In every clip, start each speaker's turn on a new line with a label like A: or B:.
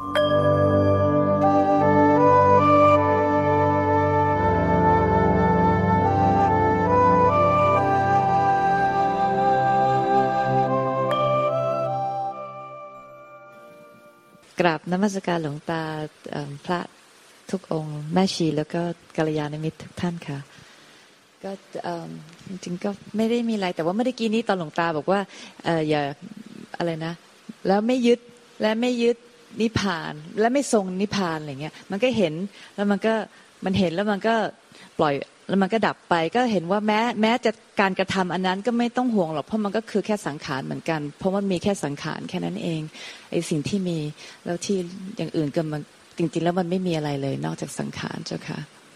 A: กราบนมัสการหลวงตาพระทุกองค์แม่ชีแล้วก็กัลยาณมิตรทุกท่านค่ะก็จริงๆก็ไม่ได้มีอะไรแต่ว่าเมื่อกี้นี้ตอนหลวงตาบอกว่าอย่าอะไรนะแล้วไม่ยึดนิพพานและไม่ทรงนิพพานอะไรเงี้ยมันก็เห็นแล้วมันเห็นแล้วมันก็ปล่อยแล้วมันก็ดับไปก็เห็นว่าแม้จะการกระทำอันนั้นก็ไม่ต้องห่วงหรอกเพราะมันก็คือแค่สังขารเหมือนกันเพราะมันมีแค่สังขารแค่นั้นเองไอ้สิ่งที่มีแล้วที่อย่างอื่นก็มันจริงๆแล้วมันไม่มีอะไรเลยนอกจากสังขารเจ้าค่ะ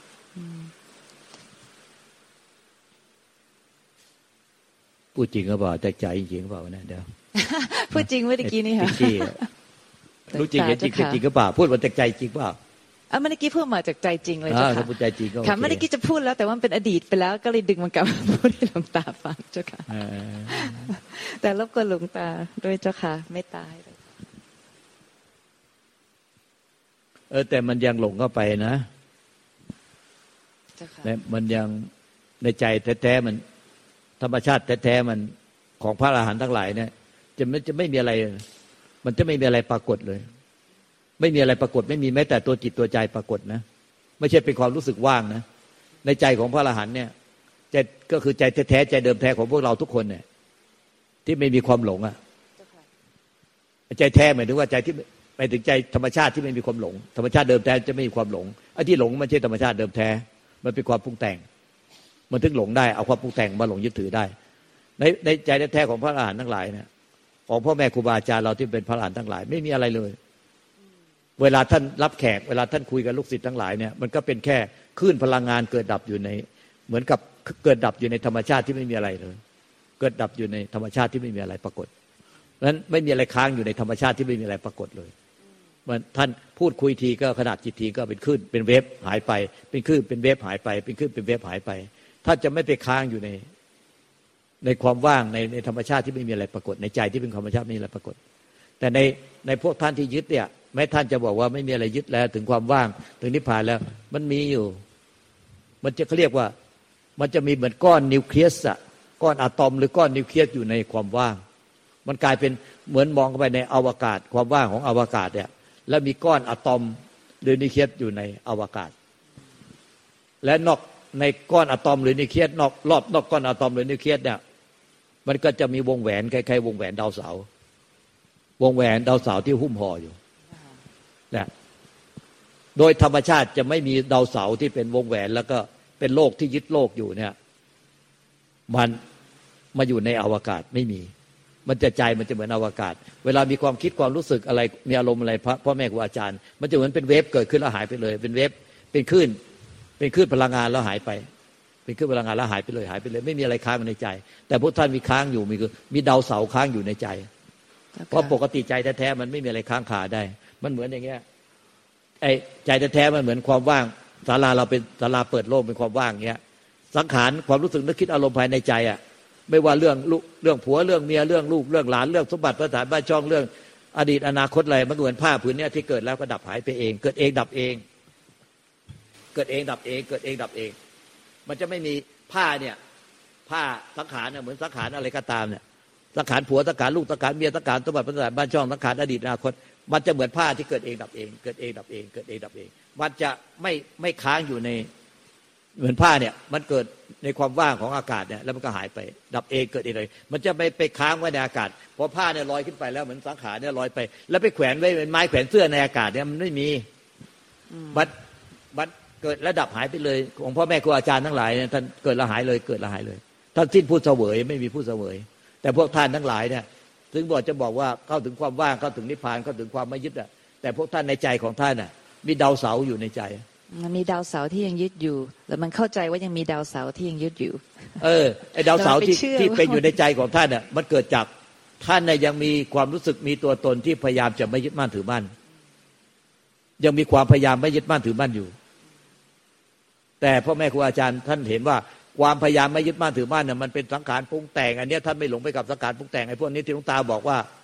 B: พูดจริงก็บอกแต่ใจจริงก็บอกนะเดี๋ยว
A: พูดจริงเมื่อกี้นี่ค่ะ
B: รู้จริงเห็นจริงเป็นจริงก็บอกพูดว่าแต่ใจจริงเปล่า
A: เมื่อกี้พูดมาจากใจจริงเลยเจ้าค่ะ
B: พูดใจจริงก็
A: ค่ะเมื่อกี้จะพูดแล้วแต่ว่ามันเป็นอดีตไปแล้วก็เลยดึงมันกลับมาพูดให้หลวงตาฟังเจ้าค่ะแต่รบกวนหลวงตาด้วยเจ้าค่ะไม่ตาย
B: แต่มันยังหลงเข้าไปนะมันยังในใจแท้ๆมันธรรมชาติแท้ๆมันของพระอรหันต์ทั้งหลายเนี่ยจะไม่มีอะไรมันจะไม่มีอะไรปรากฏเลยไม่มีอะไรปรากฏไม่มีแม้แต่ตัวจิตตัวใจปรากฏนะไม่ใช่เป็นความรู้สึกว่างนะในใจของพระอรหันต์เนี่ยใจก็คือใจแท้ๆใจเดิมแท้ของพวกเราทุกคนเนี่ยที่ไม่มีความหลงอ่ะใจแท้หมายถึงว่าใจที่หมายถึงใจธรรมชาติที่ไม่มีความหลงธรรมชาติเดิมแท้จะไม่มีความหลงไอ้ที่หลงมันไม่ใช่ธรรมชาติเดิมแท้มันเป็นความปรุงแต่งมันถึงหลงได้เอาความปรุงแต่งมาหลงยึดถือได้ในใจแท้ของพระอรหันต์ทั้งหลายเนี่ยของพ่อแม่ครูบาอาจารย์เราที่เป็นพระอรหันต์ทั้งหลายไม่มีอะไรเลยเวลาท่านรับแขกเวลาท่านคุยกับลูกศิษย์ทั้งหลายเนี่ยมันก็เป็นแค่คลื่นพลังงานเกิดดับอยู่ในเหมือนกับเกิดดับอยู่ในธรรมชาติที่ไม่มีอะไรเลยเกิดดับอยู่ในธรรมชาติที่ไม่มีอะไรปรากฏเพราะฉะนั้นไม่มีอะไรค้างอยู่ในธรรมชาติที่ไม่มีอะไรปรากฏเลยมันท่านพูดคุยทีก็ขนาดจิตทีก็เป็นคลื่นเป็นเวฟหายไปเป็นคลื่นเป็นเวฟหายไปเป็นคลื่นเป็นเวฟหายไปถ้าจะไม่ไปค้างอยู่ในความว่างในธรรมชาติที่ไม่มีอะไรปรากฏในใจที่เป็นธรรมชาติไม่มีอะไรปรากฏแต่ในพวกท่านที่ยึดเนี่ยแม้ท่านจะบอกว่าไม่มีอะไรยึดแล้วถึงความว่างถึงนิพพานแล้วมันมีอยู่มันจะเขาเรียกว่ามันจะมีเหมือนก้อนนิวเคลียสอะก้อนอะตอมหรือก้อนนิวเคลียสอยู่ในความว่างมันกลายเป็นเหมือนมองเข้าไปในอวกาศความว่างของอวกาศเนี่ยแล้วมีก้อนอะตอมหรือนิวเคลียสอยู่ในอวกาศและนอกในก้อนอะตอมหรือนิวเคลียสรอบนอกก้อนอะตอมหรือนิวเคลียสเนี่ยมันก็จะมีวงแหวนคล้ายๆวงแหวนดาวเสาร์วงแหวนดาวเสาร์ที่หุ้มห่ออยู่นะโดยธรรมชาติจะไม่มีดาวเสาร์ที่เป็นวงแหวนแล้วก็เป็นโลกที่ยึดโลกอยู่เนี่ยมันมาอยู่ในอวกาศไม่มีมันจะใจมันจะเหมือนอวกาศเวลามีความคิดความรู้สึกอะไรมีอารมณ์อะไรพ่อแม่ครูอาจารย์มันจะเหมือนเป็นเวฟเกิดขึ้นแล้วหายไปเลยเป็นเวฟเป็นคลื่นพลังงานแล้วหายไปเป็นคลื่นพลังงานแล้วหายไปเลยไม่มีอะไรค้างในใจแต่พวกท่านมีค้างอยู่มีดาวเสาร์ค้างอยู่ในใจเพราะปกติใจแท้ๆมันไม่มีอะไรค้างคาได้มันเหมือนอย่างเงี้ยไอ้ใจแท้ๆมันเหมือนความว่างศาลาเราเป็นศาลาเปิดโล่งเป็นความว่างเงี้ยสังขารความรู้สึกนึกคิดอารมณ์ภายในใจอ่ะไม่ว่าเรื่องผัวเรื่องเมียเรื่องลูกเรื่องหลานเรื่องสมบัติประสาทบ้านช่องเรื่องอดีตอนาคตอะไรมันเหมือนผ้าผืนเนี้ยที่เกิดแล้วก็ดับหายไปเองเกิดเองดับเองเกิดเองดับเองเกิดเองดับเองมันจะไม่มีผ้าเนี่ยผ้าสังขารเนี่ยเหมือนสังขารอะไรก็ตามเนี่ยสังขารผัวสังขารลูกสังขารเมียสังขารสมบัติประสาทบ้านช่องสังขารอดีตอนาคตมันจะเหมือนผ้าที่เกิดเองดับเองเกิดเองดับเองเกิดเองดับเองมันจะไม่ค้างอยู่ในเหมือนผ้าเนี่ยมันเกิดในความว่างของอากาศเนี่ยแล้วมันก็หายไปดับเองเกิดเองเลยมันจะไม่ไปค้างไว้ในอากาศพอผ้าเนี่ยลอยขึ้นไปแล้วเหมือนสังขารเนี่ยลอยไปแล้วไปแขวนไว้เป็นไม้แขวนเสื้อในอากาศเนี่ยมันไม่มีบัดเกิดระดับหายไปเลยของพ่อแม่ครูอาจารย์ทั้งหลายเนี่ยท่านเกิดละหายเลยเกิดละหายเลยท่านสิ้นผู้เสวยไม่มีผู้เสวยแต่พวกท่านทั้งหลายเนี่ยถึงบอกว่าเข้าถึงความว่างเข้าถึงนิพพานเข้าถึงความไม่ยึดอ่ะแต่พวกท่านในใจของท่านน่ะมีดาวเสาร์อยู่ในใจ
A: มันมีดาวเสาร์ที่ยังยึดอยู่แล้วมันเข้าใจว่ายังมีดาวเสาร์ที่ยังยึดอยู่
B: ไอ้ดาวเสาร์ที่เป็นอยู่ในใจของท่านน่ะมันเกิดจากท่านน่ะยังมีความรู้สึกมีตัวตนที่พยายามจะไม่ยึดมั่นถือมั่นยังมีความพยายามไม่ยึดมั่นถือมั่นอยู่แต่พ่อแม่ครูอาจารย์ท่านเห็นว่าความพยายามไม่ยึดมั่นถือมั่นเนี่ยมันเป็นสังขารปรุงแต่งอันนี้ท่านไม่หลงไปกับสังขารปรุงแต่งไอ้พวกนี้ที่หลวงตาบอกว่า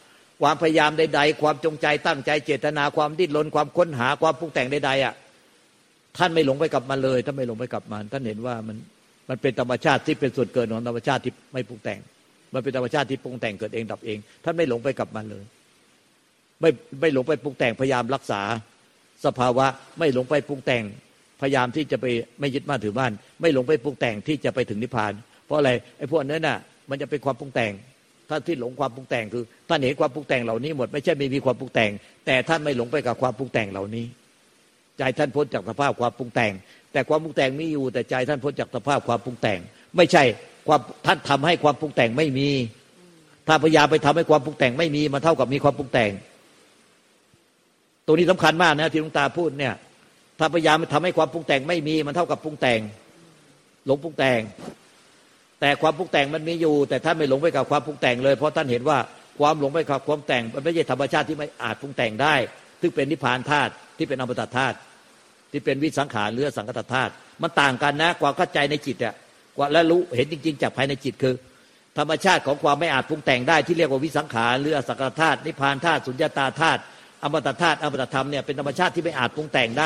B: ความพยายามใดๆความจงใจตั้งใจเจตนาความดิ้นรนความค้นหาความปรุงแต่งใดๆอ่ะท่านไม่หลงไปกับมันเลยท่านไม่หลงไปกับมันท่านเห็นว่ามันเป็นธรรมชาติที่เป็นส่วนเกินของธรรมชาติที่ไม่ปรุงแต่งมันเป็นธรรมชาติที่ปรุงแต่งเกิดเองดับเองท่านไม่หลงไปกับมันเลยไม่หลงไปปรุงแต่งพยายามรักษาสภาวะไม่หลงไปปรุงแต่งพยายามที่จะไปไม่ยึดมั่นถือมั่นไม่หลงไปปรุงแต่งที่จะไปถึงนิพพานเพราะอะไรไอ้พวกนั้นน่ะมันจะเป็นความปรุงแต่งท่านที่หลงความปรุงแต่งคือท่านเห็นความปรุงแต่งเหล่านี้หมดไม่ใช่ไม่มีความปรุงแต่งแต่ท่านไม่หลงไปกับความปรุงแต่งเหล่านี้ใจท่านพ้นจากสภาพความปรุงแต่งแต่ความปรุงแต่งมีอยู่แต่ใจท่านพ้นจากสภาพความปรุงแต่งไม่ใช่ความท่านทำให้ความปรุงแต่งไม่มีถ้าพยายามไปทำให้ความปรุงแต่งไม่มีมันเท่ากับมีความปรุงแต่งตรงนี้สำคัญมากนะที่หลวงตาพูดเนี่ยถ้าพยายามทำให้ความปรุงแต่งไม่มีมันเท่ากับปรุงแต่งหลงปรุงแต่งแต่ความปรุงแต่งมันมีอยู่แต่ท่านไม่หลงไปกับความปรุงแต่งเลยเพราะท่านเห็นว่าความหลงไปกับความแต่งมันไม่ใช่ธรรมชาติที่ไม่อาจปรุงแต่งได้ซึ่งเป็นนิพพานธาตุที่เป็นอมตะธาตุที่เป็นวิสังขารหรือสังคตธาตุมันต่างกันนะความเข้าใจในจิตอ่ะกว่าและรู้เห็นจริงๆจากภายในจิตคือธรรมชาติของความไม่อาจปรุงแต่งได้ที่เรียกว่าวิสังขารหรืออสังคตธาตุนิพพานธาตุสุญญตาธาตุอมตะธาตุอมตะธรรมเนี่ยเป็นธรรมชาติที่ไม่อาจปรุงแต่งได้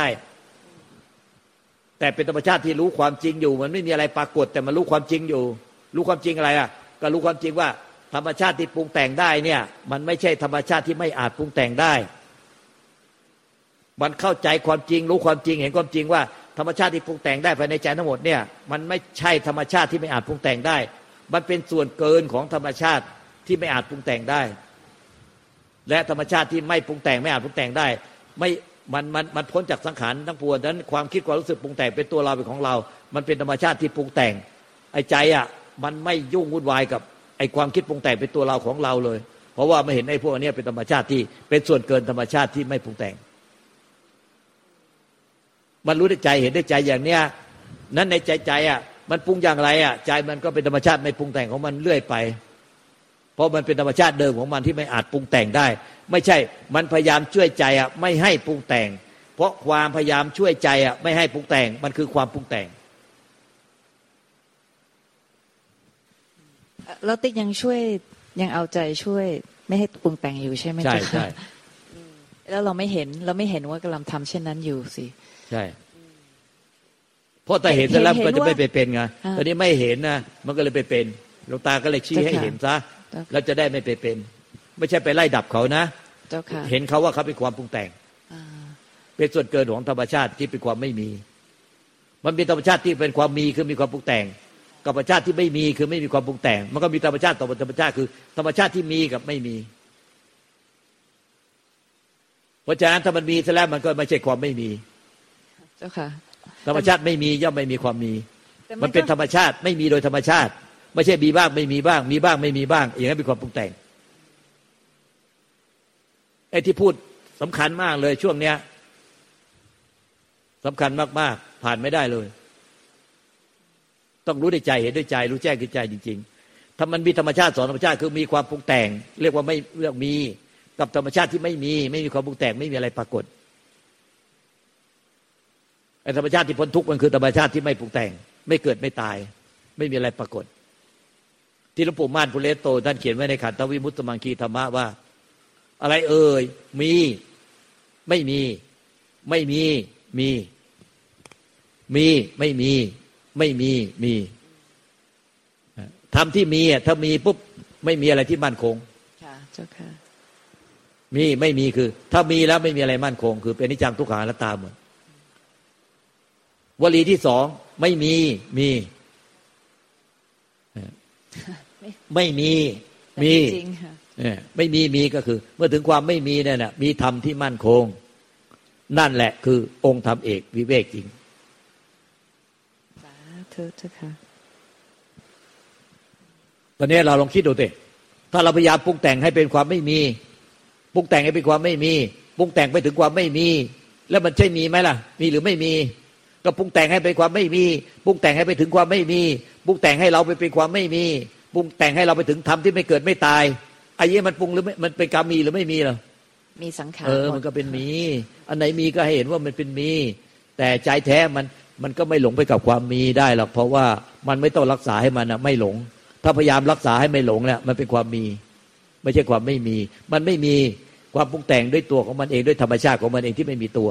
B: แต่เป็นธรรมชาติที่รู้ความจริงอยู่มันไม่มีอะไรปรากฏแต่มันรู้ความจริงอยู่รู้ความจริงอะไรอ่ะก็รู้ความจริงว่าธรรมชาติที่ปรุงแต่งได้เนี่ยมันไม่ใช่ธรรมชาติที่ไม่อาจปรุงแต่งได้มันเข้าใจความจริงรู้ความจริงเห็นความจริงว่าธรรมชาติที่ปรุงแต่งได้ภายในใจทั้งหมดเนี่ยมันไม่ใช่ธรรมชาติที่ไม่อาจปรุงแต่งได้มันเป็นส่วนเกินของธรรมชาติที่ไม่อาจปรุงแต่งได้และธรรมชาติที่ไม่ปรุงแต่งไม่อาจปรุงแต่งได้ไม่มันพ้นจากสังขารทั้งปวงนั้นความคิดความรู้สึกปรุงแต่งเป็นตัวเราเป็นของเรามันเป็นธรรมชาติที่ปรุงแต่งไอ้ใจอ่ะมันไม่ยุ่งวุ่นวายกับไอ้ความคิดปรุงแต่งเป็นตัวเราของเราเลยเพราะว่าไม่เห็นไอ้พวกนี้เป็นธรรมชาติที่เป็นส่วนเกินธรรมชาติที่ไม่ปรุงแต่งมันรู้ได้ใจเห็นได้ใจอย่างเนี้ยนั้นในใจอ่ะมันปรุงอย่างไรอ่ะใจมันก็เป็นธรรมชาติไม่ปรุงแต่งของมันเรื่อยไปเพราะมันเป็นธรรมชาติเดิมของมันที่ไม่อาจปรุงแต่งได้ไม่ใช่มันพยายามช่วยใจอ่ะไม่ให้ปรุงแต่งเพราะความพยายามช่วยใจอ่ะไม่ให้ปรุงแต่งมันคือความปรุงแต่ง
A: แล้วติ๊กยังช่วยยังเอาใจช่วยไม่ให้ปรุงแต่งอยู่ใช่ไหมจ๊ะใช่แล้วเราไม่เห็นว่ากำลังทำเช่นนั้นอยู่สิ
B: ใช่เพราะแต่เห็นแล้วก็จะไม่ไปเป็นไงตอนนี้ไม่เห็นนะมันก็เลยไปเป็นหลวงตาก็เลยชี้ให้เห็นซะแล้วจะได้ไม่ไปเป็นไม่ใช่ไปไล่ดับเขานะเห็นเขาว่าเขาเป็นความปรุงแต่งเป็นส่วนเกินของธรรมชาติที่เป็นความไม่มีมันเป็นธรรมชาติที่เป็นความมีคือมีความปรุงแต่งกับธรรมชาติที่ไม่มีคือไม่มีความปรุงแต่งมันก็มีธรรมชาติต่อธรรมชาติคือธรรมชาติที่มีกับไม่มีเพราะฉะนั้นถ้ามันมีซะแล้วมันก็ไม่ใช่ความไม่มี
A: เจ้าค่ะ
B: ธรรมชาติไม่มีย่อมไม่มีความมีมันเป็นธรรมชาติไม่มีโดยธรรมชาติไม่ใช่มีบ้างไม่มีบ้างมีบ้างไม่มีบ้างอย่างนั้นเป็นความปรุงแต่งไอ้ที่พูดสำคัญมากเลยช่วงเนี้ยสำคัญมากๆผ่านไม่ได้เลยต้องรู้ด้วยใจเห็นด้วยใจรู้แจ้งด้วยใจจริงๆถ้ามันมีธรรมชาติสอนธรรมชาติคือมีความปรุงแต่งเรียกว่าไม่เรื่องมีกับธรรมชาติที่ไม่มีความปรุงแต่งไม่มีอะไรปรากฏไอ้ธรรมชาติที่พ้นทุกข์มันคือธรรมชาติที่ไม่ปรุงแต่งไม่เกิดไม่ตายไม่มีอะไรปรากฏที่หลวงปู่ม่านปุเรโตท่านเขียนไว้ในขันธวิมุตตมังคีธรรมะว่าอะไรเอ่ยมีไม่มีไม่มีมีไม่มีไม่มีมีธรรมที่มีถ้ามีปุ๊บไม่มีอะไรที่มั่นคง
A: ค่ะเจ้าค่ะ
B: มีไม่มีคือถ้ามีแล้วไม่มีอะไรมั่นคงคือเป็นอนิจจังทุกขังอนัตตาหมดวลีที่สองไม่มีมีไม่มีมีไม่มีมีก็คือเมื่อถึงความไม่มีเนี่ยนะมีธรรมที่มั่นคงนั่นแหละคือองค์ธรรมเอกวิเวกจริง
A: สาธุเจ้าค่ะ
B: ตอนนี้เราลองคิดดูสิถ้าเราพยายามปรุงแต่งให้เป็นความไม่มีปรุงแต่งให้เป็นความไม่มีปรุงแต่งไปถึงความไม่มีแล้วมันใช่มีไหมล่ะมีหรือไม่มีก็ปรุงแต่งให้เป็นความไม่มีปรุงแต่งให้ไปถึงความไม่มีปรุงแต่งให้เราไปเป็นความไม่มีปรุงแต่งให้เราไปถึงธรรมที่ไม่เกิดไม่ตายไอ้ยี่มันปรุงหรือไม่มันเป็นกรรมมีหรือไม่มีหรอ
A: มีสังขาร
B: มันก็เป็นมีอันไหนมีก็ให้เห็นว่ามันเป็นมีแต่ใจแท้มันก็ไม่หลงไปกับความมีได้หรอกเพราะว่ามันไม่ต้องรักษาให้มันไม่หลงถ้าพยายามรักษาให้ไม่หลงเนี่ยมันเป็นความมีไม่ใช่ความไม่มีมันไม่มีความปรุงแต่งด้วยตัวของมันเองด้วยธรรมชาติของมันเองที่ไม่มีตัว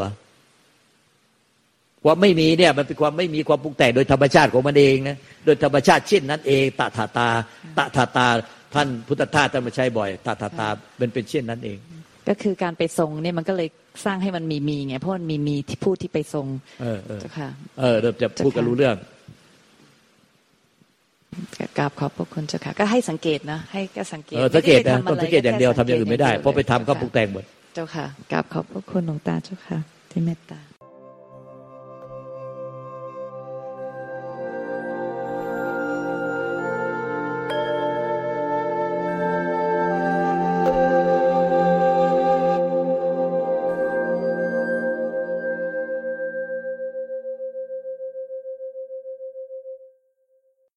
B: ความไม่มีเนี่ยมันเป็นความไม่มีความปรุงแต่งโดยธรรมชาติของมันเองนะโดยธรรมชาติเช่นนั้นเองตถาตาท่านพุทธทาสท่านมาใช้บ่อยตถาตาเป็นเช่นนั้นเอง
A: ก็คือการไปทรงเนี่ยมันก็เลยสร้างให้มันมีไงเพราะมันมีที่พูดที่ไปทรงเจ้าค่ะ
B: เราจะพูดกันรู้เรื่อง
A: กราบขอบพระคุณเจ้าค่ะก็ให้สังเกตนะให้ก็สังเกต
B: สังเกตนะต้องสังเกตอย่างเดียวทำอย่างอื่นไม่ได้เพราะไปทำก็ปรุงแต่งหมด
A: เจ้าค่ะกราบขอบพระคุณหลวงตาเจ้าค่ะที่เมตตา